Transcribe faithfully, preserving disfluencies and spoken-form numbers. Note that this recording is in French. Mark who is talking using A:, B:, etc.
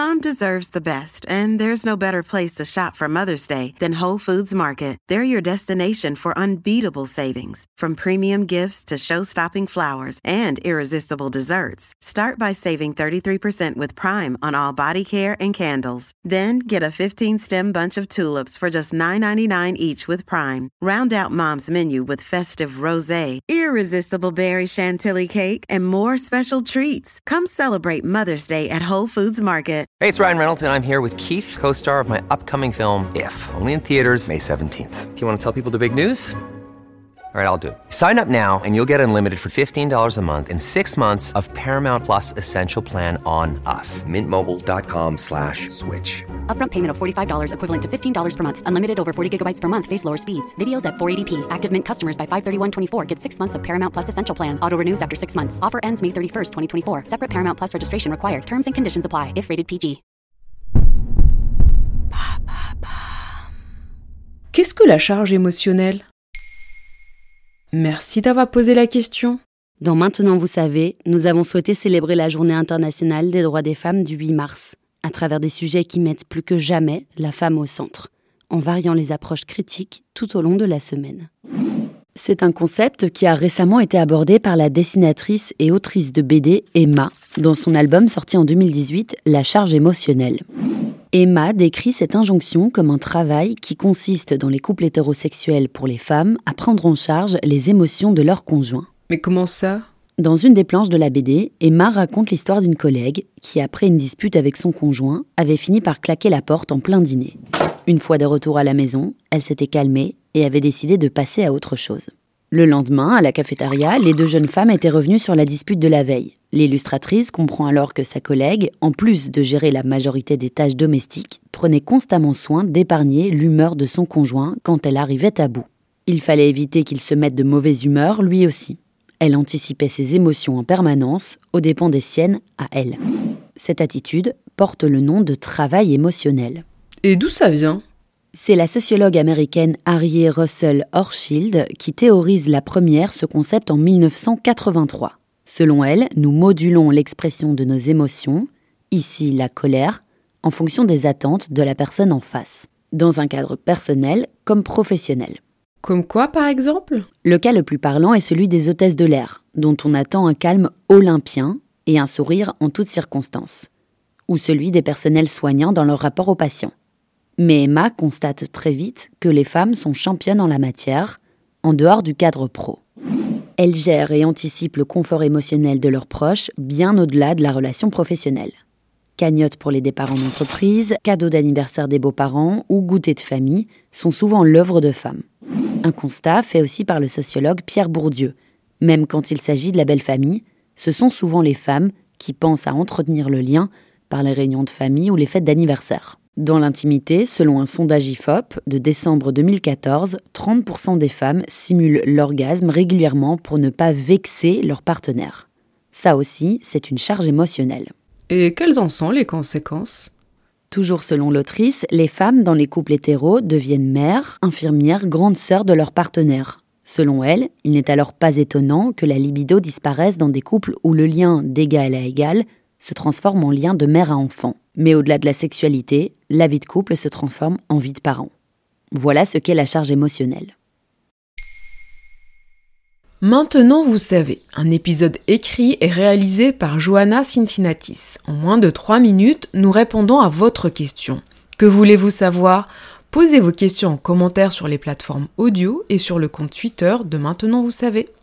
A: Mom deserves the best, and there's no better place to shop for Mother's Day than Whole Foods Market. They're your destination for unbeatable savings, from premium gifts to show-stopping flowers and irresistible desserts. Start by saving thirty-three percent with Prime on all body care and candles. Then get a fifteen-stem bunch of tulips for just nine ninety-nine each with Prime. Round out Mom's menu with festive rosé, irresistible berry chantilly cake, and more special treats. Come celebrate Mother's Day at Whole Foods Market.
B: Hey, it's Ryan Reynolds, and I'm here with Keith, co-star of my upcoming film, If, only in theaters May seventeenth. Do you want to tell people the big news? All right, I'll do it. Sign up now and you'll get unlimited for fifteen dollars a month and six months of Paramount Plus Essential Plan on us. Mint Mobile dot com slash switch.
C: Upfront payment of forty-five dollars equivalent to fifteen dollars per month. Unlimited over forty gigabytes per month. Face lower speeds. Videos at four eighty p. Active Mint customers by five thirty-one twenty-four get six months of Paramount Plus Essential Plan. Auto renews after six months. Offer ends May thirty-first, twenty twenty-four. Separate Paramount Plus registration required. Terms and conditions apply if rated P G.
D: Qu'est-ce que la charge émotionnelle ? Merci d'avoir posé la question.
C: Dans Maintenant vous savez, nous avons souhaité célébrer la Journée internationale des droits des femmes du huit mars, à travers des sujets qui mettent plus que jamais la femme au centre, en variant les approches critiques tout au long de la semaine. C'est un concept qui a récemment été abordé par la dessinatrice et autrice de B D Emma, dans son album sorti en deux mille dix-huit, La charge émotionnelle. Emma décrit cette injonction comme un travail qui consiste dans les couples hétérosexuels pour les femmes à prendre en charge les émotions de leur conjoint.
D: Mais comment ça ?
C: Dans une des planches de la B D, Emma raconte l'histoire d'une collègue qui, après une dispute avec son conjoint, avait fini par claquer la porte en plein dîner. Une fois de retour à la maison, elle s'était calmée et avait décidé de passer à autre chose. Le lendemain, à la cafétéria, les deux jeunes femmes étaient revenues sur la dispute de la veille. L'illustratrice comprend alors que sa collègue, en plus de gérer la majorité des tâches domestiques, prenait constamment soin d'épargner l'humeur de son conjoint quand elle arrivait à bout. Il fallait éviter qu'il se mette de mauvaise humeur, lui aussi. Elle anticipait ses émotions en permanence, aux dépens des siennes à elle. Cette attitude porte le nom de travail émotionnel.
D: Et d'où ça vient ?
C: C'est la sociologue américaine Harriet Russell Hochschild qui théorise la première ce concept en dix-neuf cent quatre-vingt-trois. Selon elle, nous modulons l'expression de nos émotions, ici la colère, en fonction des attentes de la personne en face, dans un cadre personnel comme professionnel.
D: Comme quoi, par exemple ?
C: Le cas le plus parlant est celui des hôtesses de l'air, dont on attend un calme olympien et un sourire en toutes circonstances, ou celui des personnels soignants dans leur rapport aux patients. Mais Emma constate très vite que les femmes sont championnes en la matière, en dehors du cadre pro. Elles gèrent et anticipent le confort émotionnel de leurs proches bien au-delà de la relation professionnelle. Cagnottes pour les départs en entreprise, cadeaux d'anniversaire des beaux-parents ou goûters de famille sont souvent l'œuvre de femmes. Un constat fait aussi par le sociologue Pierre Bourdieu. Même quand il s'agit de la belle famille, ce sont souvent les femmes qui pensent à entretenir le lien par les réunions de famille ou les fêtes d'anniversaire. Dans l'intimité, selon un sondage I F O P de décembre deux mille quatorze, trente pour cent des femmes simulent l'orgasme régulièrement pour ne pas vexer leur partenaire. Ça aussi, c'est une charge émotionnelle.
D: Et quelles en sont les conséquences ?
C: Toujours selon l'autrice, les femmes dans les couples hétéros deviennent mères, infirmières, grandes sœurs de leur partenaire. Selon elle, il n'est alors pas étonnant que la libido disparaisse dans des couples où le lien d'égal à égal se transforme en lien de mère à enfant. Mais au-delà de la sexualité, la vie de couple se transforme en vie de parent. Voilà ce qu'est la charge émotionnelle.
D: Maintenant vous savez, un épisode écrit et réalisé par Johanna Cincinnatis. En moins de trois minutes, nous répondons à votre question. Que voulez-vous savoir ? Posez vos questions en commentaire sur les plateformes audio et sur le compte Twitter de Maintenant vous savez.